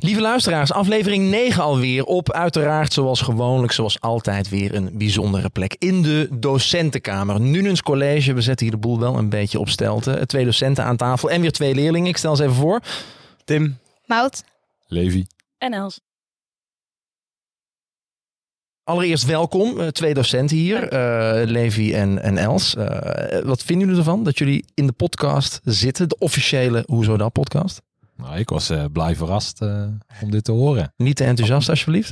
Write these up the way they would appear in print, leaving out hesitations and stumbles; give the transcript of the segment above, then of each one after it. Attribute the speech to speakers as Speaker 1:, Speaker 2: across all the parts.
Speaker 1: Lieve luisteraars, aflevering 9 alweer op uiteraard zoals gewoonlijk, zoals altijd weer een bijzondere plek in de docentenkamer. Nunens College, we zetten hier de boel wel een beetje op stelte. 2 docenten aan tafel en weer 2 leerlingen. Ik stel ze even voor.
Speaker 2: Tim.
Speaker 3: Maud.
Speaker 4: Levi.
Speaker 5: En Els.
Speaker 1: Allereerst welkom, 2 docenten hier, Levi en Els. Wat vinden jullie ervan dat jullie in de podcast zitten? De officiële Hoezo Dat podcast?
Speaker 4: Nou, ik was blij verrast om dit te horen.
Speaker 1: Niet te enthousiast alsjeblieft.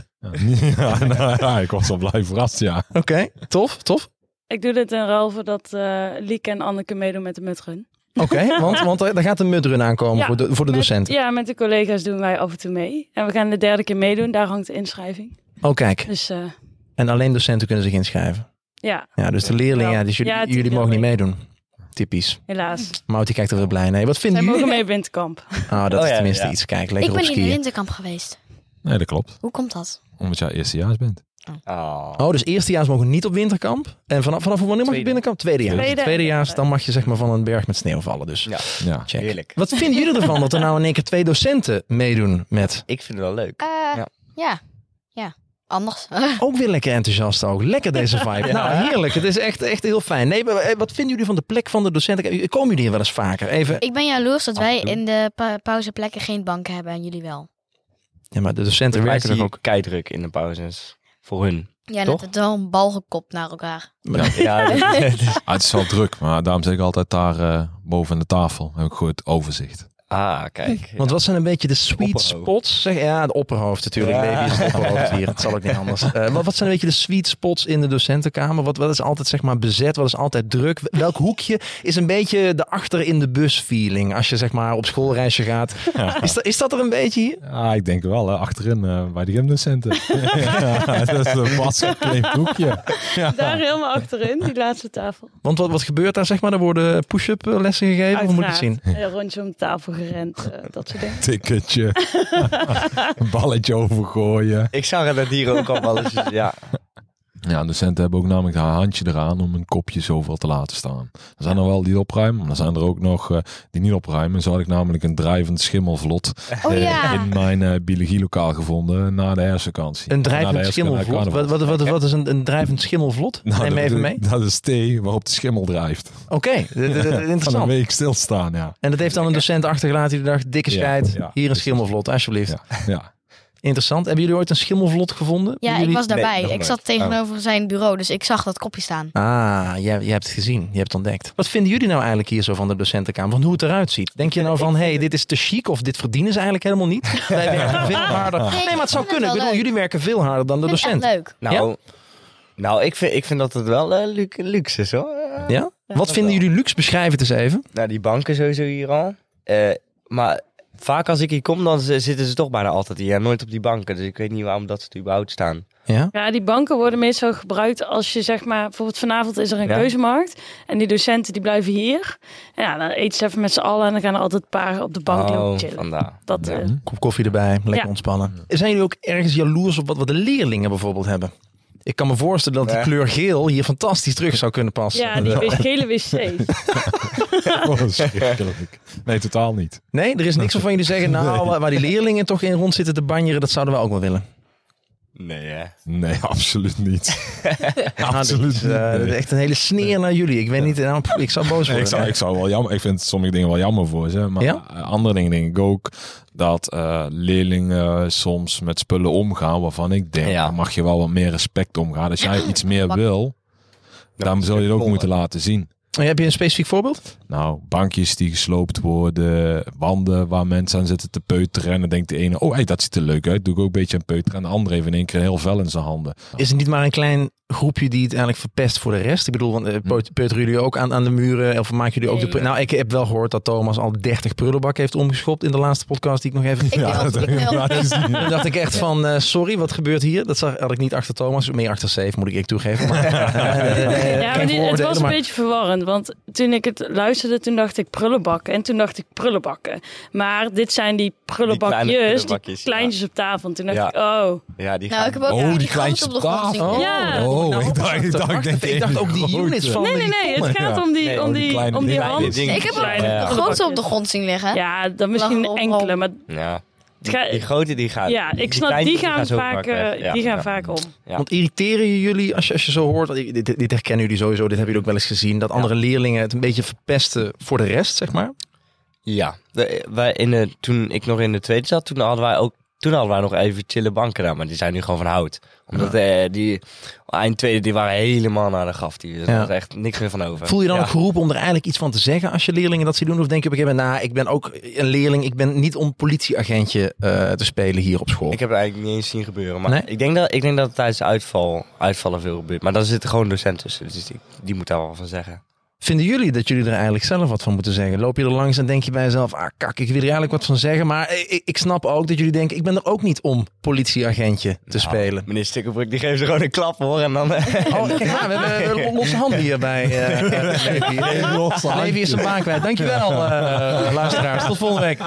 Speaker 4: Ja, ik was wel blij verrast, ja.
Speaker 1: Oké, tof.
Speaker 5: Ik doe dit in ruil voor dat Lieke en Anneke meedoen met de mudrun.
Speaker 1: Oké, want daar gaat een mudrun aankomen voor de docenten.
Speaker 5: Ja, met de collega's doen wij af en toe mee. En we gaan de 3e keer meedoen, daar hangt de inschrijving.
Speaker 1: Oh, kijk.
Speaker 5: Dus,
Speaker 1: en alleen docenten kunnen zich inschrijven.
Speaker 5: Ja.
Speaker 1: Ja, dus de leerlingen, dus jullie mogen niet meedoen. Typisch.
Speaker 5: Helaas.
Speaker 1: Maud, die kijkt er weer blij naar. Wat vinden
Speaker 5: Zij
Speaker 1: jullie?
Speaker 5: mogen mee winterkamp.
Speaker 1: Dat is tenminste iets. Kijk, lekker
Speaker 3: Ik ben
Speaker 1: op
Speaker 3: niet in
Speaker 1: skiën.
Speaker 3: winterkamp geweest.
Speaker 4: Nee, dat klopt.
Speaker 3: Hoe komt dat?
Speaker 4: Omdat jij eerstejaars bent.
Speaker 1: Oh, dus eerstejaars mogen niet op winterkamp. En vanaf wanneer mag je binnenkamp? Tweedejaars. Tweedejaars, dan mag je zeg maar van een berg met sneeuw vallen. Dus
Speaker 4: Ja.
Speaker 1: check.
Speaker 2: Heerlijk.
Speaker 1: Wat vinden jullie ervan dat er nou in één keer 2 docenten meedoen met...
Speaker 2: Ik vind het wel leuk.
Speaker 3: Ja. Anders.
Speaker 1: Ook weer lekker enthousiast ook. Lekker deze vibe. Nou, heerlijk. Het is echt heel fijn. Nee, maar wat vinden jullie van de plek van de docenten? Komen jullie hier wel eens vaker? Even...
Speaker 3: Ik ben jaloers dat wij in de pauzeplekken geen banken hebben en jullie wel.
Speaker 1: Ja, maar de docenten
Speaker 2: Wij
Speaker 1: werken
Speaker 2: werken
Speaker 1: toch
Speaker 2: toch ook keidruk in de pauzes. Voor hun.
Speaker 3: Ja,
Speaker 2: Toch?
Speaker 3: net wel een bal gekopt naar elkaar.
Speaker 2: Ja,
Speaker 4: Het is wel druk, maar daarom zeg ik altijd daar boven aan de tafel. Heb ik goed het overzicht.
Speaker 2: kijk.
Speaker 1: Want wat zijn een beetje de sweet
Speaker 2: opperhoofd.
Speaker 1: spots? Ja, de opperhoofd natuurlijk.
Speaker 2: Ja.
Speaker 1: Levi is het opperhoofd hier. Het zal ook niet anders. Maar wat zijn een beetje de sweet spots in de docentenkamer? Wat is altijd zeg maar bezet? Wat is altijd druk? Welk hoekje is een beetje de achter in de bus feeling? Als je zeg maar op schoolreisje gaat.
Speaker 4: Ja.
Speaker 1: Is dat er een beetje hier?
Speaker 4: Ja, ik denk wel, hè, achterin bij de gymdocenten. Ja, dat is een vastgekleed hoekje. Ja.
Speaker 5: Daar helemaal achterin, die laatste tafel.
Speaker 1: Want wat gebeurt daar zeg maar? Er worden push-up lessen gegeven? Hoe moet ik het zien?
Speaker 5: Een rondje om de tafel gerend, dat soort dingen.
Speaker 4: Ticketje. Een balletje overgooien.
Speaker 2: Ik zag het hier ook al wel eens. Ja.
Speaker 4: Ja, docenten hebben ook namelijk haar handje eraan om een kopje zoveel te laten staan. Er zijn er wel die opruimen, maar er zijn er ook nog die niet opruimen. Zo had ik namelijk een drijvend schimmelvlot
Speaker 3: Oh ja.
Speaker 4: in mijn biologielokaal gevonden na de herfstvakantie.
Speaker 1: Een
Speaker 4: Na de
Speaker 1: drijvend
Speaker 4: herfstvakantie
Speaker 1: schimmelvlot?
Speaker 4: na carnaval.
Speaker 1: Wat is een drijvend schimmelvlot?
Speaker 4: Nou,
Speaker 1: Neem me even mee.
Speaker 4: Dat is thee waarop de schimmel drijft.
Speaker 1: Oké,
Speaker 4: Van een
Speaker 1: interessant.
Speaker 4: week stilstaan, ja.
Speaker 1: En dat heeft dan een docent achtergelaten die dacht, dikke
Speaker 4: Ja,
Speaker 1: scheid,
Speaker 4: ja,
Speaker 1: hier een
Speaker 4: precies.
Speaker 1: schimmelvlot, alsjeblieft.
Speaker 4: Ja.
Speaker 1: Interessant. Hebben jullie ooit een schimmelvlot gevonden?
Speaker 3: Ja,
Speaker 1: Jullie...
Speaker 3: ik was daarbij.
Speaker 2: Nee, nog
Speaker 3: ik
Speaker 2: nooit.
Speaker 3: zat tegenover zijn bureau, dus ik zag dat kopje staan.
Speaker 1: Je hebt het gezien, je hebt het ontdekt. Wat vinden jullie nou eigenlijk hier zo van de docentenkamer, van hoe het eruit ziet? Denk je nou van, dit is te chic of dit verdienen ze eigenlijk helemaal niet? Wij werken veel harder. Nee, maar het zou
Speaker 3: Ik vind
Speaker 1: kunnen. Ik
Speaker 3: het wel
Speaker 1: bedoel,
Speaker 3: leuk.
Speaker 1: jullie werken veel harder dan de
Speaker 3: Ik vind het
Speaker 1: docent.
Speaker 3: echt leuk.
Speaker 2: Nou, ik vind dat het wel luxe is hoor.
Speaker 1: Ja? Wat
Speaker 2: dat
Speaker 1: vinden
Speaker 2: wel.
Speaker 1: jullie luxe? Beschrijf het eens even.
Speaker 2: Nou, die banken sowieso hier al. Maar vaak als ik hier kom, dan zitten ze toch bijna altijd hier. Nooit op die banken. Dus ik weet niet waarom dat ze er überhaupt staan.
Speaker 1: Ja?
Speaker 5: Ja, die banken worden meestal gebruikt als je zeg maar, bijvoorbeeld vanavond is er een
Speaker 2: Ja.
Speaker 5: keuzemarkt. En die docenten die blijven hier. En ja, dan eten ze even met z'n allen en dan gaan er altijd een paar op de bank lopen chillen.
Speaker 2: Vandaar.
Speaker 5: Dat,
Speaker 2: Ja.
Speaker 1: Kop koffie erbij, lekker
Speaker 5: Ja.
Speaker 1: ontspannen. Zijn jullie ook ergens jaloers op wat de leerlingen bijvoorbeeld hebben? Ik kan me voorstellen dat die
Speaker 2: Nee.
Speaker 1: kleur geel hier fantastisch terug zou kunnen passen.
Speaker 5: ja, die gele wc's.
Speaker 4: Oh, verschrikkelijk. Nee, totaal niet.
Speaker 1: Nee, er is niks waarvan jullie zeggen, nou,
Speaker 4: Nee.
Speaker 1: waar die leerlingen toch in rond zitten te banjeren, dat zouden we ook wel willen.
Speaker 2: Nee, hè.
Speaker 4: Nee, absoluut niet.
Speaker 1: Absoluut.
Speaker 4: Absoluut niet.
Speaker 1: Dat is echt een hele sneer naar jullie. Ik weet niet, ik zou boos
Speaker 4: Nee,
Speaker 1: worden.
Speaker 4: ik zou wel jammer. Ik vind sommige dingen wel jammer voor ze. Maar
Speaker 1: Ja?
Speaker 4: andere dingen denk ik ook dat leerlingen soms met spullen omgaan waarvan ik denk,
Speaker 2: Ja.
Speaker 4: daar mag je wel wat meer respect omgaan. Als jij iets meer wil, dan zul je het ook moeten laten zien.
Speaker 1: Heb je een specifiek voorbeeld?
Speaker 4: Nou, bankjes die gesloopt worden, wanden waar mensen aan zitten te peuteren. En dan denkt de ene, dat ziet er leuk uit. Doe ik ook een beetje aan peuteren. En de andere heeft in één keer heel vel in zijn handen.
Speaker 1: Is het niet maar een klein groepje die het eigenlijk verpest voor de rest? Ik bedoel, want peuteren jullie ook aan de muren? Of maken jullie ook
Speaker 5: Nee.
Speaker 1: de... Nou, ik heb wel gehoord dat Thomas al 30 prullenbakken heeft omgeschopt in de laatste podcast die ik nog even...
Speaker 3: Ik wil.
Speaker 1: Toen dacht ik echt van, sorry, wat gebeurt hier? Dat had ik niet achter Thomas, meer achter Safe, moet ik toegeven. Maar,
Speaker 5: Ja, maar het was een beetje verwarrend. Want toen ik het luisterde, toen dacht ik prullenbakken. En toen dacht ik prullenbakken. Maar dit zijn die prullenbakjes, die
Speaker 2: prullenbakjes,
Speaker 5: kleintjes op tafel. En toen dacht
Speaker 2: Ja.
Speaker 5: ik, oh.
Speaker 2: Ja, die
Speaker 3: Nou,
Speaker 2: gaan...
Speaker 3: ik heb ook
Speaker 4: Oh, die
Speaker 3: die
Speaker 4: kleintjes
Speaker 3: grote op de
Speaker 4: op
Speaker 3: grond zien
Speaker 4: tafel.
Speaker 3: liggen.
Speaker 5: Ja.
Speaker 1: Ik dacht ook die units van...
Speaker 5: Nee, het gaat om die,
Speaker 2: Nee,
Speaker 5: om
Speaker 4: die
Speaker 5: die,
Speaker 4: kleine
Speaker 5: om die
Speaker 4: dingen.
Speaker 5: hand.
Speaker 2: Die dingen.
Speaker 3: Ik heb ook
Speaker 5: Kleine
Speaker 2: Ja.
Speaker 3: de grote op de grond zien liggen.
Speaker 5: Ja, dan misschien
Speaker 3: Lag op
Speaker 5: enkele,
Speaker 3: grond.
Speaker 5: maar
Speaker 2: Ja. Die grote die gaat.
Speaker 5: Ja, ik snap,
Speaker 2: kleine,
Speaker 5: die gaan
Speaker 2: zo
Speaker 5: vaak,
Speaker 2: weg.
Speaker 5: die gaan vaak om.
Speaker 2: Ja.
Speaker 1: Want irriteren jullie als je zo hoort, dit herkennen jullie sowieso, dit hebben jullie ook wel eens gezien, dat andere leerlingen het een beetje verpesten voor de rest, zeg maar?
Speaker 2: Ja, toen ik nog in de tweede zat, toen hadden wij nog even chille banken daar, maar die zijn nu gewoon van hout. Omdat die eind tweede, die waren helemaal naar de graf. Er was echt niks meer van over.
Speaker 1: Voel je dan ook geroepen om er eigenlijk iets van te zeggen als je leerlingen dat zien doen? Of denk je op een gegeven moment, ik ben ook een leerling, ik ben niet om politieagentje te spelen hier op school?
Speaker 2: Ik heb het eigenlijk niet eens zien gebeuren. Maar
Speaker 1: Nee?
Speaker 2: ik denk dat het tijdens uitvallen veel gebeurt. Maar dan zitten gewoon docenten tussen, dus die moeten daar wel van zeggen.
Speaker 1: Vinden jullie dat jullie er eigenlijk zelf wat van moeten zeggen? Loop je er langs en denk je bij jezelf, kak, ik wil er eigenlijk wat van zeggen. Maar ik snap ook dat jullie denken, ik ben er ook niet om politieagentje te spelen.
Speaker 2: Meneer Stikkelbroek, die geeft ze gewoon een klap hoor. En dan...
Speaker 1: We hebben een losse hand hier bij Levi is zijn baan kwijt. Dankjewel, luisteraars. Tot volgende week.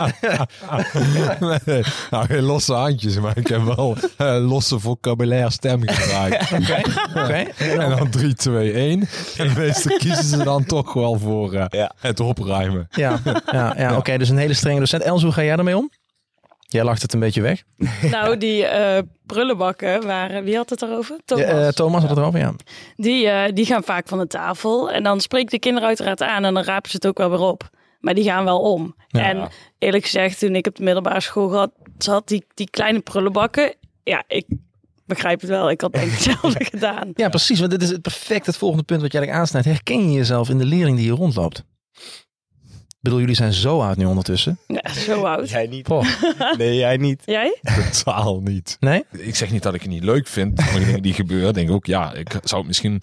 Speaker 4: Nee, nou, geen losse handjes, maar ik heb wel losse vocabulaire stem gebruikt.
Speaker 1: Oké.
Speaker 4: En dan 3, 2, 1. En meestal kiezen ze dan toch wel voor het opruimen.
Speaker 1: Ja. Oké, dus een hele strenge docent. Els, hoe ga jij ermee om? Jij lacht het een beetje weg.
Speaker 5: Nou, die prullenbakken waren... Wie had het erover? Thomas.
Speaker 1: Thomas had het erover, ja.
Speaker 5: Die gaan vaak van de tafel. En dan spreekt de kinderen uiteraard aan en dan rapen ze het ook wel weer op. Maar die gaan wel om.
Speaker 1: Ja.
Speaker 5: En eerlijk gezegd, toen ik op de middelbare school zat, die kleine prullenbakken... Ja, ik begrijp het wel. Ik had denk ik hetzelfde gedaan.
Speaker 1: Ja, precies. Want dit is het volgende punt wat jij eigenlijk aansnijdt. Herken je jezelf in de leerling die hier rondloopt? Ik bedoel, jullie zijn zo oud nu ondertussen.
Speaker 5: Ja, zo oud.
Speaker 2: Jij niet.
Speaker 1: Oh.
Speaker 2: Nee, jij niet.
Speaker 5: Jij?
Speaker 4: Totaal niet.
Speaker 1: Nee?
Speaker 4: Ik zeg niet dat ik het niet leuk vind, maar de dingen die gebeuren, denk ik ook, ik zou het misschien...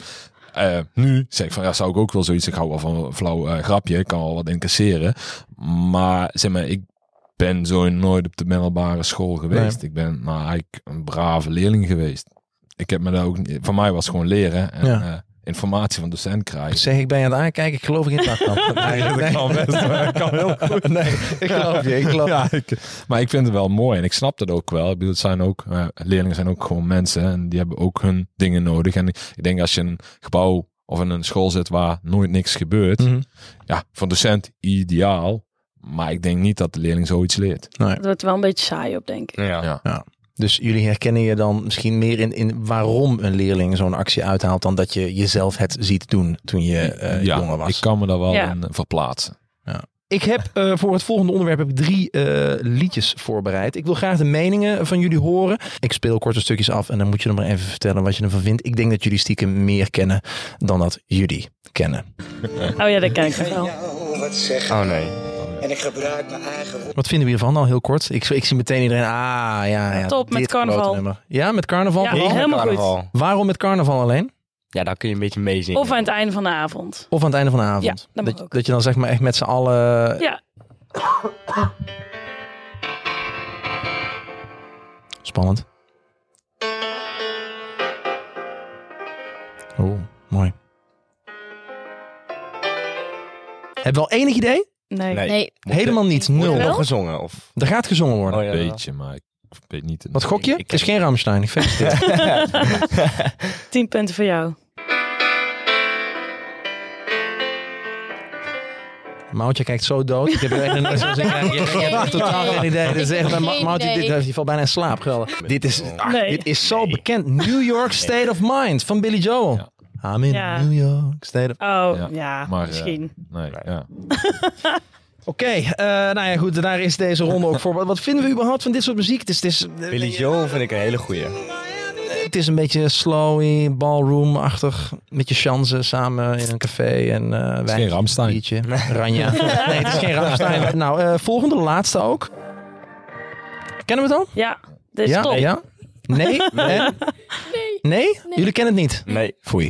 Speaker 4: nu zeg ik van, zou ik ook wel zoiets... Ik hou wel van een flauw grapje, ik kan wel wat incasseren. Maar zeg maar, ik ben zo nooit op de middelbare school geweest.
Speaker 1: Nee.
Speaker 4: Ik ben eigenlijk een brave leerling geweest. Ik heb me daar ook... Voor mij was het gewoon leren en informatie van docent krijgen.
Speaker 1: Zeg, ik ben je aan het aankijken, ik geloof ik in het kan.
Speaker 4: Dat kan best, maar dat kan heel goed.
Speaker 1: Nee, ik geloof je.
Speaker 4: Maar ik vind het wel mooi en ik snap het ook wel. Ik bedoel, het zijn ook, leerlingen zijn ook gewoon mensen en die hebben ook hun dingen nodig. En ik denk als je in een gebouw of in een school zit waar nooit niks gebeurt, voor docent ideaal. Maar ik denk niet dat de leerling zoiets leert.
Speaker 1: Nee.
Speaker 5: Het wordt wel een beetje saai op, denk ik.
Speaker 2: Ja.
Speaker 1: Dus jullie herkennen je dan misschien meer in waarom een leerling zo'n actie uithaalt dan dat je jezelf het ziet doen toen je jonger was.
Speaker 4: Ik kan me daar wel in verplaatsen.
Speaker 1: Ja. Ik heb voor het volgende onderwerp 3 liedjes voorbereid. Ik wil graag de meningen van jullie horen. Ik speel korte stukjes af en dan moet je nog maar even vertellen wat je ervan vindt. Ik denk dat jullie stiekem meer kennen dan dat jullie kennen.
Speaker 5: Oh ja, dat ken ik wel.
Speaker 2: Oh nee.
Speaker 6: En ik gebruik mijn eigen woorden.
Speaker 1: Wat vinden we hiervan al heel kort? Ik zie meteen iedereen. Ja.
Speaker 5: Top, met
Speaker 1: dit
Speaker 5: carnaval.
Speaker 1: grote nummer. Ja, met carnaval.
Speaker 5: Ja,
Speaker 1: vooral?
Speaker 5: helemaal goed.
Speaker 2: Carnaval.
Speaker 1: Waarom met carnaval alleen?
Speaker 2: Ja, daar kun je een beetje meezingen.
Speaker 5: Of aan het einde van de avond.
Speaker 1: Of aan het einde van de avond?
Speaker 5: Ja, dat mag ook.
Speaker 1: Dat je dan zeg maar echt met z'n allen...
Speaker 5: Ja.
Speaker 1: Spannend. Oh, mooi. Heb je al enig idee?
Speaker 5: Nee.
Speaker 3: Nee.
Speaker 1: Helemaal niet.
Speaker 2: Wordt er
Speaker 1: 0.
Speaker 2: nog gezongen? Of?
Speaker 1: Er gaat gezongen worden.
Speaker 2: Oh, ja.
Speaker 4: Een beetje, maar ik weet niet.
Speaker 1: Wat gok je?
Speaker 2: Ik
Speaker 1: Het is geen Rammstein. Ik feliciteer.
Speaker 5: 10 punten voor jou.
Speaker 1: Moutje kijkt zo dood. Ik heb er echt nooit zo zin in. Je hebt echt totaal geen idee. Dit is echt bij
Speaker 3: Geen
Speaker 1: Moutje,
Speaker 3: idee.
Speaker 1: die valt bijna in slaap. Geweldig. Dit
Speaker 5: Nee.
Speaker 1: is zo bekend. New York State of Mind van Billy Joel.
Speaker 4: Ja.
Speaker 1: I'm in
Speaker 5: Ja.
Speaker 1: New York State of...
Speaker 5: Oh, ja,
Speaker 4: maar,
Speaker 5: misschien.
Speaker 4: Nee, ja.
Speaker 1: Oké, nou ja goed, daar is deze ronde ook voor. Wat vinden we überhaupt van dit soort muziek? Het is
Speaker 2: Billy Joel vind ik een hele goeie.
Speaker 1: Het is een beetje slowy, ballroom-achtig. Met je chansen samen in een café en
Speaker 4: Het is geen Rammstein.
Speaker 1: biertje. Ranja. Nee, het is geen Rammstein. Nou, volgende, de laatste ook. Kennen we het al?
Speaker 5: Ja, dit is
Speaker 1: Ja?
Speaker 5: top.
Speaker 1: Ja? Nee? Nee? Jullie kennen het niet?
Speaker 2: Nee.
Speaker 1: Foei.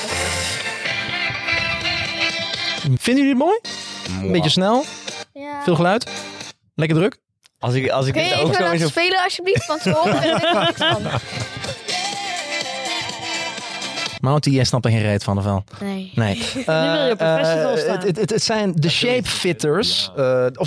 Speaker 1: Vinden jullie het mooi? Een beetje snel?
Speaker 3: Ja.
Speaker 1: Veel geluid? Lekker druk?
Speaker 2: Als ik
Speaker 3: Kun je
Speaker 2: het ook
Speaker 3: even
Speaker 2: zo in
Speaker 3: laten
Speaker 2: zo'n...
Speaker 3: spelen alsjeblieft van school? Daar weet ik niks van.
Speaker 1: Mounty, jij snapt er geen reet van, of wel?
Speaker 3: Nee.
Speaker 5: Nu wil je op een festival staan.
Speaker 1: Het zijn de shapefitters, of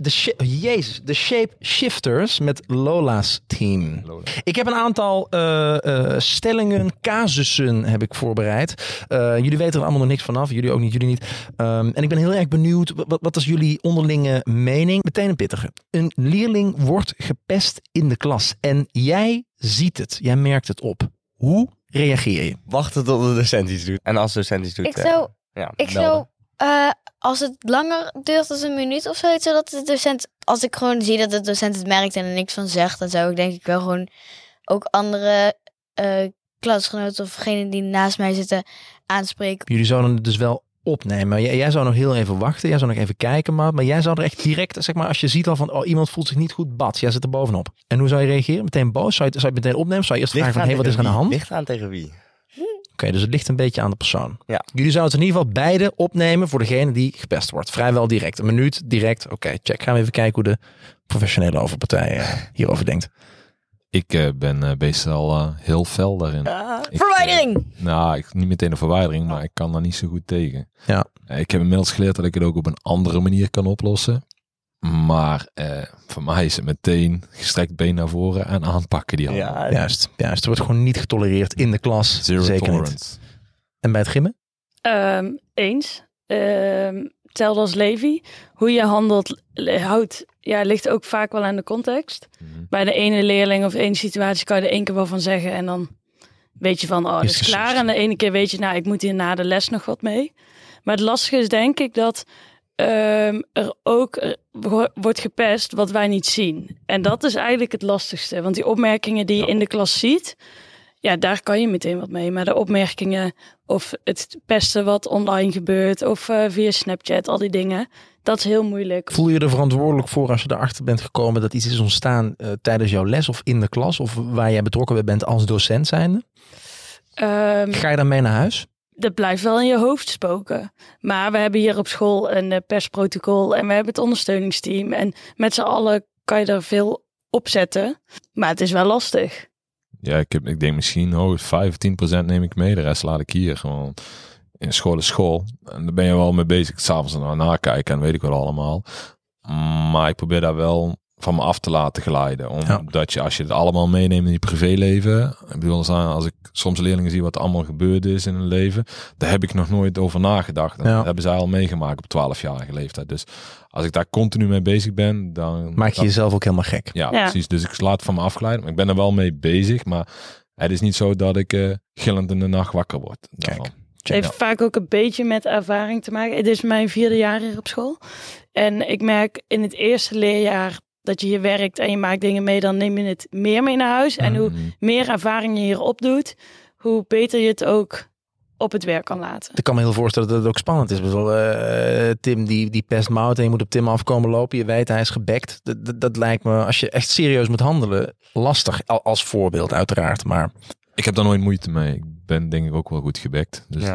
Speaker 1: de shape shifters met Lola's team. Ik heb een aantal stellingen, casussen heb ik voorbereid. Jullie weten er allemaal nog niks vanaf, jullie ook niet, jullie niet. En ik ben heel erg benieuwd, wat is jullie onderlinge mening? Meteen een pittige. Een leerling wordt gepest in de klas en jij ziet het, jij merkt het op. Hoe reageer je?
Speaker 2: Wachten tot de docent iets doet. En als de docent iets doet,
Speaker 3: Ik zou als het langer duurt dan een minuut of zoiets, zodat de docent, als ik gewoon zie dat de docent het merkt en er niks van zegt, dan zou ik denk ik wel gewoon ook andere klasgenoten of degenen die naast mij zitten aanspreken.
Speaker 1: Jullie zouden het dus wel opnemen. Jij zou nog heel even wachten. Jij zou nog even kijken. Maar jij zou er echt direct, zeg maar, als je ziet al van, iemand voelt zich niet goed, bad. Jij zit er bovenop. En hoe zou je reageren? Meteen boos? Zou je het meteen opnemen? Zou je eerst vragen van, wat is er aan de hand?
Speaker 2: Ligt aan tegen wie?
Speaker 1: Oké, dus het ligt een beetje aan de persoon.
Speaker 2: Ja.
Speaker 1: Jullie zouden het in ieder geval beide opnemen voor degene die gepest wordt. Vrijwel direct. Een minuut direct. Oké, check. Gaan we even kijken hoe de professionele overpartij hierover denkt.
Speaker 4: Ik ben meestal heel fel daarin.
Speaker 3: Verwijdering!
Speaker 4: Niet meteen een verwijdering, maar ik kan daar niet zo goed tegen.
Speaker 1: Ja.
Speaker 4: Ik heb inmiddels geleerd dat ik het ook op een andere manier kan oplossen. Maar voor mij is het meteen gestrekt been naar voren en aanpakken die handen.
Speaker 2: Ja,
Speaker 1: Juist. Er wordt gewoon niet getolereerd in de klas.
Speaker 4: Zero
Speaker 1: Zeker
Speaker 4: tolerance.
Speaker 1: niet. En bij het gimmen?
Speaker 5: Eens. Hetzelfde als Levi. Hoe je houdt, ligt ook vaak wel aan de context.
Speaker 4: Mhm.
Speaker 5: Bij de ene leerling of de ene situatie kan je er 1 keer wel van zeggen. En dan weet je van, dat is klaar. En de ene keer weet je, ik moet hier na de les nog wat mee. Maar het lastige is denk ik dat er ook wordt gepest wat wij niet zien. En dat is eigenlijk het lastigste. Want die opmerkingen die je in de klas ziet, daar kan je meteen wat mee. Maar de opmerkingen of het pesten wat online gebeurt of via Snapchat, al die dingen, dat is heel moeilijk.
Speaker 1: Voel je er verantwoordelijk voor als je erachter bent gekomen dat iets is ontstaan tijdens jouw les of in de klas of waar jij betrokken bij bent als docent zijnde? Ga je dan mee naar huis?
Speaker 5: Dat blijft wel in je hoofd spoken. Maar we hebben hier op school een persprotocol en we hebben het ondersteuningsteam. En met z'n allen kan je er veel op zetten. Maar het is wel lastig.
Speaker 4: Ja, ik denk misschien 5 of 10% neem ik mee. De rest laat ik hier gewoon. In school is school. En daar ben je wel mee bezig. 's Avonds naar nakijken en weet ik wel allemaal. Maar ik probeer daar wel van me af te laten glijden. Omdat je, als je het allemaal meeneemt in je privéleven. Ik bedoel, als ik soms leerlingen zie wat er allemaal gebeurd is in hun leven. Daar heb ik nog nooit over nagedacht. En dat hebben zij al meegemaakt op 12-jarige leeftijd. Dus als ik daar continu mee bezig ben, dan
Speaker 1: maak je jezelf ook helemaal gek.
Speaker 4: Ja, precies. Dus ik laat van me afglijden. Maar ik ben er wel mee bezig. Maar het is niet zo dat ik gillend in de nacht wakker word.
Speaker 1: Kijk.
Speaker 5: Het heeft vaak ook een beetje met ervaring te maken. Het is mijn 4e jaar hier op school. En ik merk in het eerste leerjaar dat je hier werkt en je maakt dingen mee, dan neem je het meer mee naar huis. En hoe meer ervaring je hier opdoet, hoe beter je het ook op het werk kan laten.
Speaker 1: Ik kan me heel voorstellen dat het ook spannend is. Tim die pest Mout en je moet op Tim afkomen lopen. Je weet hij is gebekt. Dat lijkt me, als je echt serieus moet handelen, lastig. Als voorbeeld uiteraard. Maar
Speaker 4: ik heb daar nooit moeite mee. Ik ben denk ik ook wel goed gebekt. Dus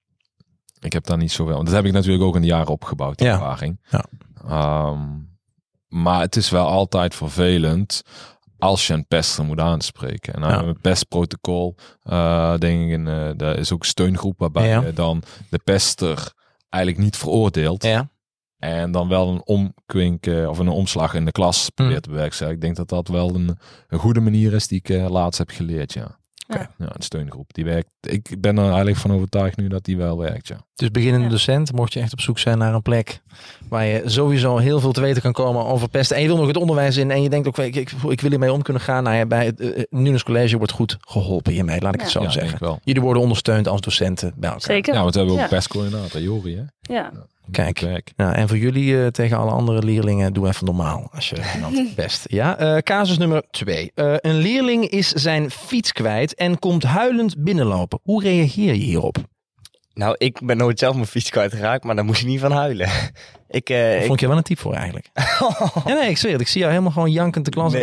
Speaker 4: ik heb daar niet zoveel. Want dat heb ik natuurlijk ook in de jaren opgebouwd, die ervaring. Ja. Maar het is wel altijd vervelend als je een pester moet aanspreken. En een pestprotocol, denk ik, daar is ook een steungroep waarbij je dan de pester eigenlijk niet veroordeelt. Ja. En dan wel een omkwink of een omslag in de klas probeert te bewerkstelligen. Ik denk dat dat wel een goede manier is die ik laatst heb geleerd,
Speaker 1: Okay.
Speaker 4: Ja, een steungroep. Die werkt. Ik ben er eigenlijk van overtuigd nu dat die wel werkt, ja.
Speaker 1: Dus beginnende docent, mocht je echt op zoek zijn naar een plek waar je sowieso heel veel te weten kan komen over pesten. En je wil nog het onderwijs in en je denkt ook, ik wil hiermee om kunnen gaan. Bij het Nunes College wordt goed geholpen hiermee, laat ik het zo zeggen. Jullie worden ondersteund als docenten bij elkaar.
Speaker 5: Zeker.
Speaker 4: Ja, want we hebben ook pestcoördinator, Jori, hè?
Speaker 5: Ja.
Speaker 1: Kijk, en voor jullie tegen alle andere leerlingen, doe even normaal als je iemand pest. Ja, casus nummer 2. Een leerling is zijn fiets kwijt en komt huilend binnenlopen. Hoe reageer je hierop?
Speaker 2: Nou, ik ben nooit zelf mijn fiets kwijtgeraakt, maar daar moest je niet van huilen.
Speaker 1: Vond je wel een type voor eigenlijk. Ja, nee, ik zweer het. Ik zie jou helemaal gewoon jankend de klas.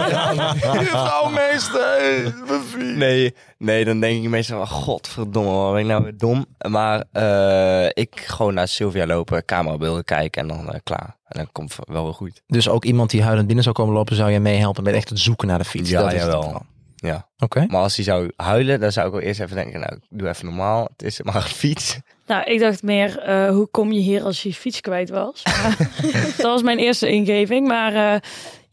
Speaker 2: Juffrouw meester, mijn fiets. Nee, dan denk ik meestal van, godverdomme, wat ben ik nou weer dom. Maar ik gewoon naar Sylvia lopen, camerabeelden kijken en dan klaar. En dan komt het wel weer goed.
Speaker 1: Dus ook iemand die huilend binnen zou komen lopen, zou je meehelpen met echt het zoeken naar de fiets?
Speaker 2: Ja,
Speaker 1: dat is
Speaker 2: jawel.
Speaker 1: het wel.
Speaker 2: Ja.
Speaker 1: Oké.
Speaker 2: Maar als hij zou huilen, dan zou ik wel eerst even denken, nou, doe even normaal. Het is maar een fiets.
Speaker 5: Nou, ik dacht meer, hoe kom je hier als je fiets kwijt was? Maar, dat was mijn eerste ingeving. Maar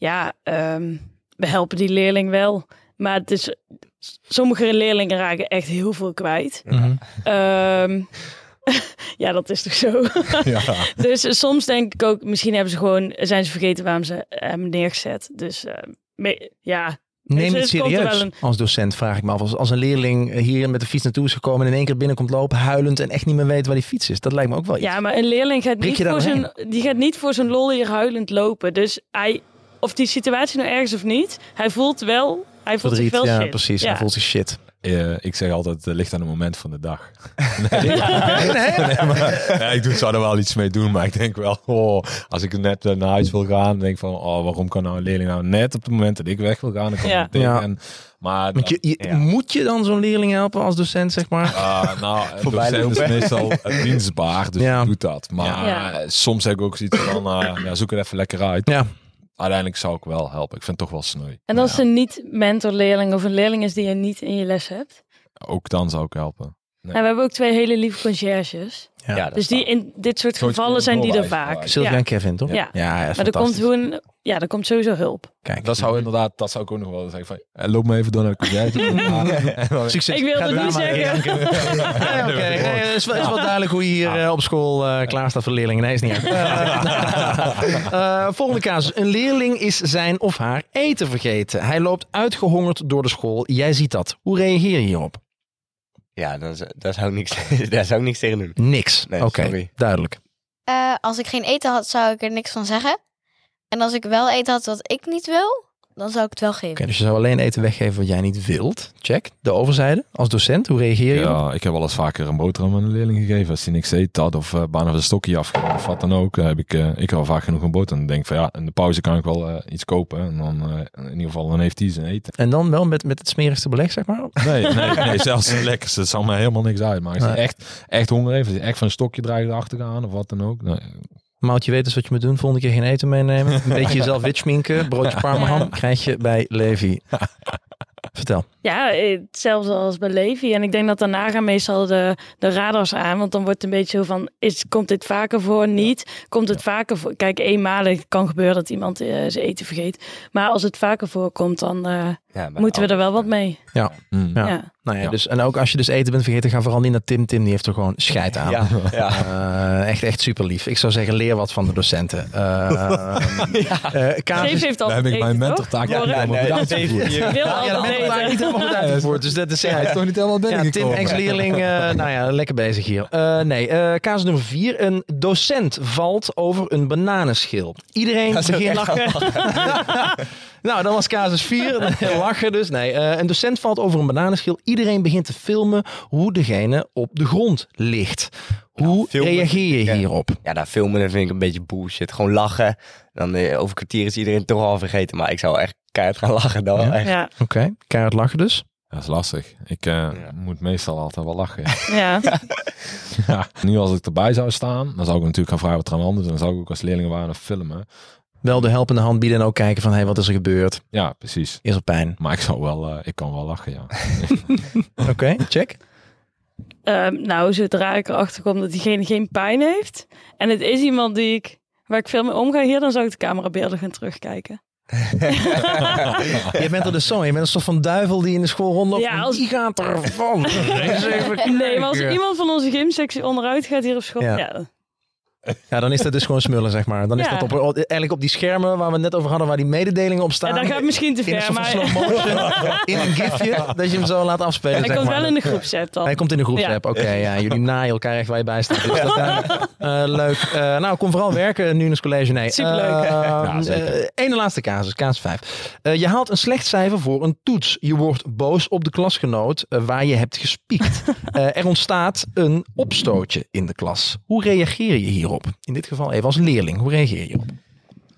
Speaker 5: we helpen die leerling wel. Maar het is, sommige leerlingen raken echt heel veel kwijt. Ja, dat is toch zo?
Speaker 4: Ja.
Speaker 5: Dus soms denk ik ook, misschien zijn ze vergeten waarom ze hem neergezet. Dus
Speaker 1: Neem het
Speaker 5: Dus komt er
Speaker 1: serieus
Speaker 5: wel
Speaker 1: als docent, vraag ik me af. Als een leerling hier met de fiets naartoe is gekomen en in één keer binnenkomt lopen, huilend en echt niet meer weet waar die fiets is. Dat lijkt me ook wel iets.
Speaker 5: Ja, maar een leerling gaat niet voor zijn lol hier huilend lopen. Dus of die situatie nou ergens of niet, hij voelt zich wel
Speaker 1: Verdriet,
Speaker 5: shit.
Speaker 1: Ja, precies.
Speaker 5: Ja.
Speaker 1: Hij voelt zich shit.
Speaker 4: Ik zeg altijd, het ligt aan het moment van de dag. Maar ik zou er wel iets mee doen, maar ik denk wel, als ik net naar huis wil gaan, denk ik van, waarom kan nou een leerling nou net op het moment dat ik weg wil gaan, dan kom ik tegen.
Speaker 1: Ja.
Speaker 4: Maar
Speaker 1: moet je dan zo'n leerling helpen als docent, zeg maar?
Speaker 4: Een docent is meestal dienstbaar, dus doet dat. Maar soms heb ik ook zoiets van, zoek het even lekker uit.
Speaker 1: Ja.
Speaker 4: Uiteindelijk zou ik wel helpen. Ik vind het toch wel sneu.
Speaker 5: En als een niet-mentorleerling of een leerling is die je niet in je les hebt?
Speaker 4: Ook dan zou ik helpen. Nee.
Speaker 5: En we hebben ook 2 hele lieve conciërges.
Speaker 1: Ja.
Speaker 5: Dus die in dit soort gevallen zijn die er vaak.
Speaker 1: Sylvia en Kevin, toch?
Speaker 5: Ja.
Speaker 1: Maar
Speaker 5: er komt sowieso hulp.
Speaker 1: Kijk,
Speaker 4: dat zou ik ook nog wel zeggen van, loop me even door naar de conciërge.
Speaker 5: Succes. Ik wil het niet zeggen.
Speaker 1: Het is wel duidelijk hoe je hier op school klaar staat voor de leerlingen. Nee, is niet uit. Volgende casus. Een leerling is zijn of haar eten vergeten. Hij loopt uitgehongerd door de school. Jij ziet dat. Hoe reageer je hierop?
Speaker 2: Ja, daar zou ik niks tegen doen.
Speaker 1: Niks.
Speaker 2: Nee,
Speaker 1: Oké, duidelijk.
Speaker 3: Als ik geen eten had, zou ik er niks van zeggen. En als ik wel eten had wat ik niet wil, dan zou ik het wel geven.
Speaker 1: Oké, dus je zou alleen eten weggeven wat jij niet wilt. Check. De overzijde. Als docent, hoe reageer je?
Speaker 4: Ja, ik heb wel eens vaker een boterham aan een leerling gegeven. Als hij niks eet had of bijna een stokje afgegeven of wat dan ook. Heb ik al vaak genoeg een boterham. Dan denk ik van in de pauze kan ik wel iets kopen. En dan in ieder geval dan heeft hij zijn eten.
Speaker 1: En dan wel met het smerigste beleg, zeg maar?
Speaker 4: Nee, zelfs het lekkerste. Het zal mij helemaal niks uit. Maar als hij echt honger heeft, als hij echt van een stokje dreigt achter gaan of wat dan ook.
Speaker 1: Maalt, je weet dus wat je moet doen. Volgende keer geen eten meenemen. Een beetje jezelf wit schminken. Broodje parmaham krijg je bij Levi. Vertel.
Speaker 5: Ja, hetzelfde als bij Levi. En ik denk dat daarna gaan meestal de radars aan. Want dan wordt het een beetje zo van, komt dit vaker voor? Niet. Komt het vaker voor? Kijk, eenmalig kan gebeuren dat iemand zijn eten vergeet. Maar als het vaker voorkomt, dan moeten we er wel wat mee.
Speaker 1: Ja. Nou ja, dus, en ook als je dus eten bent vergeten, ga vooral niet naar Tim. Tim die heeft er gewoon scheid aan. Echt super lief. Ik zou zeggen, leer wat van de docenten.
Speaker 5: Casus heeft al
Speaker 4: heb ik mijn mentortaak
Speaker 1: niet helemaal goed uitgevoerd. Dus dat is
Speaker 4: is toch niet helemaal binnengekomen.
Speaker 1: Tim, ex-leerling, lekker bezig hier. Casus nummer 4. Een docent valt over een bananenschil. Iedereen begint lachen. Nou, dan was casus 4. Lachen dus. Nee, een docent valt over een bananenschil. Iedereen begint te filmen hoe degene op de grond ligt. Hoe reageer je hierop?
Speaker 2: Ja, daar filmen vind ik een beetje bullshit. Gewoon lachen. Dan over een kwartier is iedereen toch al vergeten. Maar ik zou echt keihard gaan lachen dan.
Speaker 1: Ja. Oké, keihard lachen dus.
Speaker 4: Dat is lastig. Ik moet meestal altijd wel lachen.
Speaker 5: Ja.
Speaker 4: Nu als ik erbij zou staan, dan zou ik natuurlijk gaan vragen wat er aan de hand is. Dan zou ik ook als leerlingen waren filmen.
Speaker 1: Wel de helpende hand bieden en ook kijken van, wat is er gebeurd?
Speaker 4: Ja, precies.
Speaker 1: Is er pijn?
Speaker 4: Maar ik kan wel lachen, ja.
Speaker 1: Oké, check.
Speaker 5: Zodra ik erachter kom dat diegene geen pijn heeft en het is iemand waar ik veel mee omga hier, dan zou ik de camerabeelden gaan terugkijken.
Speaker 1: Je bent er dus zo. Je bent een soort van duivel die in de school rondloopt.
Speaker 5: Ja,
Speaker 1: die gaat er van.
Speaker 5: Nee, maar als iemand van onze gymsectie onderuit gaat hier op school,
Speaker 1: Ja, dan is dat dus gewoon smullen, zeg maar. Dan is dat eigenlijk op die schermen waar we het net over hadden, waar die mededelingen op staan.
Speaker 5: En dan gaat het misschien te ver, maar
Speaker 1: in een gifje, dat je hem zo laat afspelen.
Speaker 5: Hij komt wel in de groepsapp dan.
Speaker 1: Hij komt in de groepsapp, oké. Jullie naaien elkaar echt waar je bij staat. Dus dat leuk. Kom vooral werken nu in het college. Nee.
Speaker 5: Superleuk.
Speaker 1: Ene laatste casus 5. Je haalt een slecht cijfer voor een toets. Je wordt boos op de klasgenoot waar je hebt gespiekt. Er ontstaat een opstootje in de klas. Hoe reageer je hierop? In dit geval even als leerling. Hoe reageer je hierop?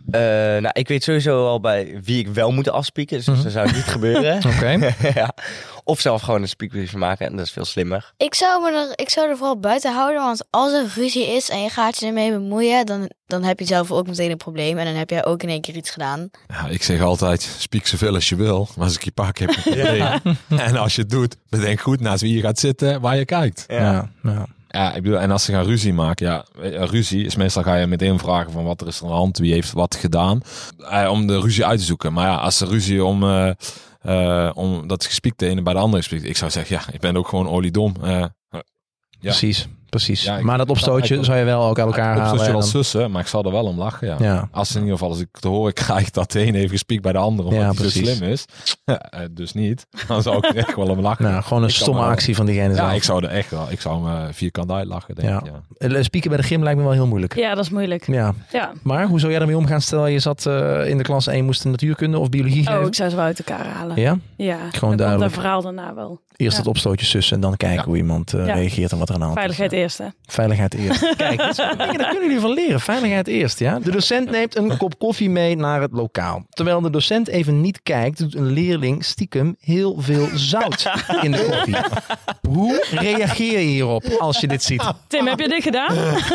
Speaker 2: Nou, ik weet sowieso al bij wie ik wel moet afspieken. Dus dat zou niet gebeuren.
Speaker 1: Oké.
Speaker 2: Ja. Of zelf gewoon een spiekbriefje maken. En dat is veel slimmer.
Speaker 3: Ik zou er vooral buiten houden, want als er ruzie is en je gaat je ermee bemoeien, dan heb je zelf ook meteen een probleem en dan heb jij ook in één keer iets gedaan.
Speaker 4: Ja, ik zeg altijd, spiek zoveel als je wil. Maar als ik je pak, heb je een probleem. En als je het doet, bedenk goed naast wie je gaat zitten, waar je kijkt.
Speaker 1: Ja.
Speaker 4: Ja, ik bedoel, en als ze gaan ruzie maken, ruzie is meestal ga je meteen vragen van wat er is aan de hand, wie heeft wat gedaan, om de ruzie uit te zoeken. Maar ja, als de ruzie om dat gespiekt de ene bij de andere spiekt, ik zou zeggen, ik ben ook gewoon oliedom.
Speaker 1: Precies.
Speaker 4: Ja,
Speaker 1: maar dat opstootje zou je wel ook uit elkaar halen.
Speaker 4: Opstootje wel
Speaker 1: dan...
Speaker 4: sussen, maar ik zal er wel om lachen.
Speaker 1: Ja.
Speaker 4: Als in ieder geval, als ik te horen krijg dat de een heeft gespiekt bij de ander, omdat hij zo
Speaker 1: precies.
Speaker 4: slim is, dus niet, dan zou ik er echt wel om lachen.
Speaker 1: Nou, gewoon een stomme actie van diegene zelf.
Speaker 4: Ja, ik zou er echt wel. Ik zou me vierkant uitlachen, denk ik.
Speaker 1: Ja. Spieken bij de gym lijkt me wel heel moeilijk.
Speaker 5: Ja, dat is moeilijk.
Speaker 1: Ja. Maar hoe zou jij ermee omgaan? Stel je zat in de klas en je moest natuurkunde of biologie geven?
Speaker 5: Ik zou ze wel uit elkaar halen.
Speaker 1: Ja?
Speaker 5: Ja,
Speaker 1: gewoon duidelijk.
Speaker 5: Dat verhaal daarna wel.
Speaker 1: Eerst het opstootje sussen en dan kijken hoe iemand reageert en wat er aan de hand is.
Speaker 5: Veiligheid eerst, hè?
Speaker 1: Veiligheid eerst. Kijk, daar kunnen jullie van leren. Veiligheid eerst, ja. De docent neemt een kop koffie mee naar het lokaal. Terwijl de docent even niet kijkt, doet een leerling stiekem heel veel zout in de koffie. Hoe reageer je hierop als je dit ziet?
Speaker 5: Tim, heb je dit gedaan?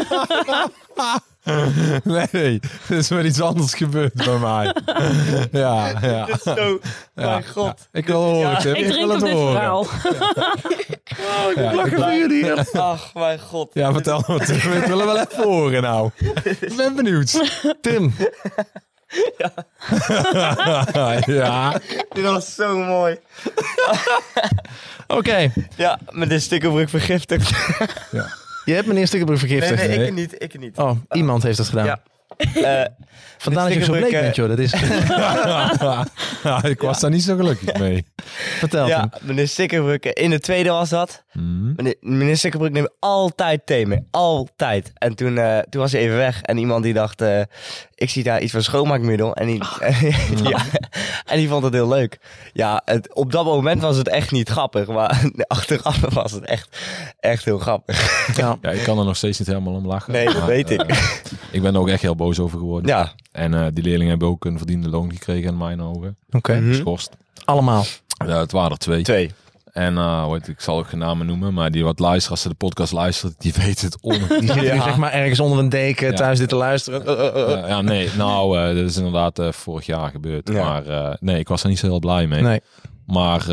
Speaker 4: Nee, er is wel iets anders gebeurd bij mij. Ja.
Speaker 2: Zo, mijn god.
Speaker 4: Ik wil horen, Tim.
Speaker 5: Ik drink
Speaker 4: wil
Speaker 5: op
Speaker 4: het
Speaker 5: dit
Speaker 4: horen.
Speaker 5: verhaal.
Speaker 1: Ik lachen voor jullie hier.
Speaker 2: Ach, mijn god.
Speaker 4: Ja, vertel me. Ik wil het wel even horen nou. Ik ben benieuwd.
Speaker 1: Tim.
Speaker 4: Ja.
Speaker 2: Dit was zo mooi.
Speaker 1: Oké.
Speaker 2: Ja, met de stickerbrug vergiftigd.
Speaker 4: Ja.
Speaker 1: Je hebt meneer Stikkenbrug vergiftigd.
Speaker 2: Nee, ik niet.
Speaker 1: Oh, iemand heeft het gedaan.
Speaker 2: Ja.
Speaker 1: Vandaar dat je zo bleek bent, joh. Dat is...
Speaker 4: Ik was daar niet zo gelukkig mee.
Speaker 1: Vertel
Speaker 2: Ja,
Speaker 1: hem.
Speaker 2: meneer Stikkerbrug, in de tweede was dat. Meneer Stikkerbrug neemt altijd thee mee. Altijd. En toen was hij even weg. En iemand die dacht, ik zie daar iets van schoonmaakmiddel. En die vond het heel leuk. Ja, op dat moment was het echt niet grappig. Maar achteraf was het echt heel grappig.
Speaker 1: Ja.
Speaker 4: Ja, ik kan er nog steeds niet helemaal om lachen.
Speaker 2: Nee, dat weet ik.
Speaker 4: Ik ben er ook echt heel boos over geworden.
Speaker 2: Ja.
Speaker 4: En die leerlingen hebben ook een verdiende loon gekregen in mijn ogen.
Speaker 1: Oké.
Speaker 4: Geschorst.
Speaker 1: Allemaal.
Speaker 4: Ja, het waren er 2.
Speaker 2: 2.
Speaker 4: En ik zal ook geen namen noemen, maar die wat luisteren, als ze de podcast luisteren, die weten het
Speaker 1: Die zitten nu zeg maar ergens onder een deken thuis dit te luisteren.
Speaker 4: Ja, nee, nou, dat is inderdaad vorig jaar gebeurd.
Speaker 2: Ja.
Speaker 4: Maar nee, ik was er niet zo heel blij mee.
Speaker 1: Nee.
Speaker 4: Maar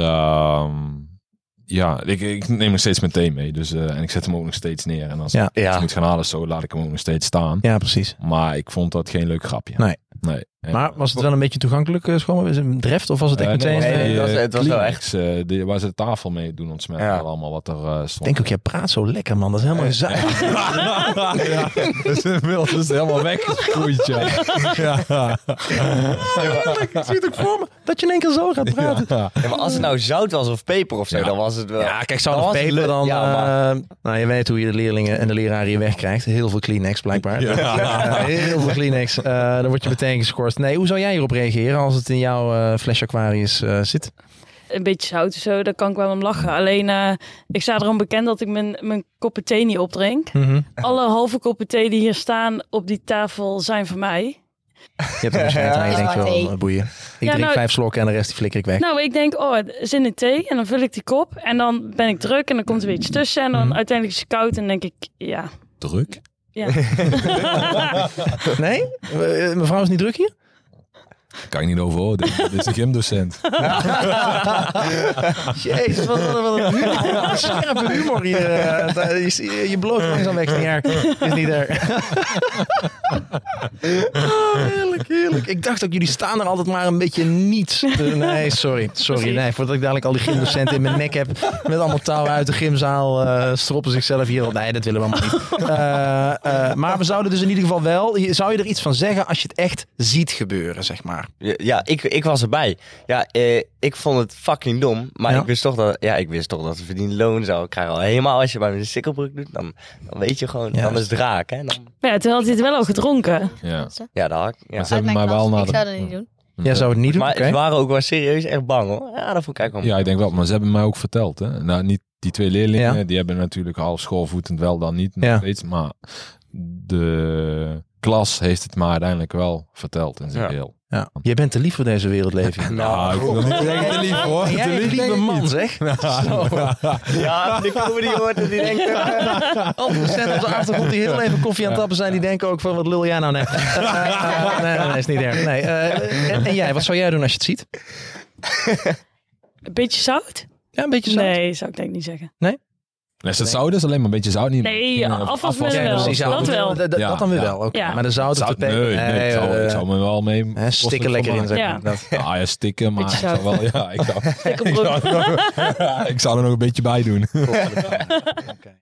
Speaker 4: ik neem nog steeds mijn thee mee. Dus, en ik zet hem ook nog steeds neer. En als ik moet gaan halen zo, laat ik hem ook nog steeds staan.
Speaker 1: Ja, precies.
Speaker 4: Maar ik vond dat geen leuk grapje.
Speaker 1: Nee.
Speaker 4: En,
Speaker 1: Maar was het wel een beetje toegankelijk schoon? Was het een dreft of was het echt meteen...
Speaker 2: het was wel echt...
Speaker 4: waar ze de tafel mee doen ontsmetten.
Speaker 2: Ja.
Speaker 4: Allemaal wat er stond.
Speaker 1: Ik denk ook, jij praat zo lekker, man. Dat is helemaal zuiver.
Speaker 4: Ja, dat is inmiddels dus helemaal weggesproeid. Ja.
Speaker 1: Ik zie het ook voor me. Dat je in één keer zo gaat praten.
Speaker 4: Ja.
Speaker 2: Ja, maar als het nou zout was of peper of zo, dan was het wel...
Speaker 1: Ja, kijk, zout
Speaker 2: Dan
Speaker 1: of
Speaker 2: was het
Speaker 1: peper
Speaker 2: leuk.
Speaker 1: dan...
Speaker 2: Ja,
Speaker 1: nou, je weet hoe je de leerlingen en de leraren hier wegkrijgt. Heel veel Kleenex, blijkbaar. Heel veel Kleenex. Dan word je meteen geschorst. Nee, hoe zou jij hierop reageren als het in jouw flesje Aquarius zit?
Speaker 5: Een beetje zout of zo, daar kan ik wel om lachen. Alleen, ik sta erom bekend dat ik mijn koppen thee niet opdrink. Alle halve koppen thee die hier staan op die tafel zijn voor mij.
Speaker 1: Je hebt er waarschijnlijk aan. Je denkt wel, boeien. Ik drink 5 slokken en de rest die flikker ik weg.
Speaker 5: Nou, ik denk, zin in thee. En dan vul ik die kop. En dan ben ik druk en dan komt er weer iets tussen. En dan uiteindelijk is het koud en denk ik, ja.
Speaker 4: Druk?
Speaker 5: Ja.
Speaker 1: Nee? Mevrouw is niet druk hier?
Speaker 4: Kan ik niet over horen. Dit is een gymdocent.
Speaker 1: Jezus, wat een humor. Wat scherpe humor hier. Je bloot langzaam weg. Is niet erg. Heerlijk. Ik dacht ook, jullie staan er altijd maar een beetje niets. Nee, sorry. Nee, voordat ik dadelijk al die gymdocenten in mijn nek heb. Met allemaal touwen uit de gymzaal. Stroppen zichzelf hier. Nee, dat willen we allemaal niet. Maar we zouden dus in ieder geval wel... Zou je er iets van zeggen als je het echt ziet gebeuren, zeg maar?
Speaker 2: Ja, ik was erbij. Ja, ik vond het fucking dom. Maar ik wist toch dat het verdiende loon zou krijgen. Al helemaal als je bij een Stikkerbrug doet, dan weet je gewoon, dan is het raak. Hè? Dan...
Speaker 5: Ja, toen had hij het wel al gedronken.
Speaker 2: Ja, dat had ik. Ja.
Speaker 4: Maar ze hebben mij wel naar
Speaker 3: Ik zou dat niet doen.
Speaker 1: Jij zou het niet doen?
Speaker 2: Maar
Speaker 1: Okay.
Speaker 2: ze waren ook wel serieus echt bang, hoor. Ja, dat vond ik eigenlijk wel.
Speaker 4: Ja, ik denk wel. Maar ze hebben mij ook verteld. Hè? Nou, niet die 2 leerlingen. Die hebben natuurlijk half schoolvoetend wel dan niet. Nog steeds, maar klas heeft het maar uiteindelijk wel verteld in zijn geheel.
Speaker 1: Ja. Jij bent te lief voor deze wereld, Levi.
Speaker 4: Nou, ik wil niet zeggen te lief hoor.
Speaker 1: Jij
Speaker 4: Te
Speaker 1: een
Speaker 4: lief
Speaker 1: lieve
Speaker 4: denk ik
Speaker 1: man,
Speaker 4: niet.
Speaker 1: zeg.
Speaker 2: Ja, die komen die hoort en die denken...
Speaker 1: Andere cent op de achtergrond die heel even koffie aan het tappen zijn, die denken ook van, wat lul jij nou net? Nee, is niet erg. Nee. En jij, wat zou jij doen als je het ziet?
Speaker 5: Een beetje zout?
Speaker 1: Ja, een beetje zout.
Speaker 5: Nee, zou ik denk niet zeggen.
Speaker 4: Is het zout is alleen maar een beetje zout niet.
Speaker 5: Nee, afwasmiddel
Speaker 1: Ja,
Speaker 5: wel.
Speaker 1: precies,
Speaker 5: Dat wel.
Speaker 1: Dat dan weer wel. Oké.
Speaker 5: Ja.
Speaker 1: Maar de zout of de peper?
Speaker 4: Nee, ik zou me wel mee...
Speaker 1: Stikken lekker in, zeg
Speaker 5: Ja.
Speaker 1: maar. Dat.
Speaker 4: Ja, stikken, maar ik
Speaker 5: Beetje
Speaker 4: zou wel... Ja, ik zou er nog een beetje bij doen.
Speaker 1: Oké.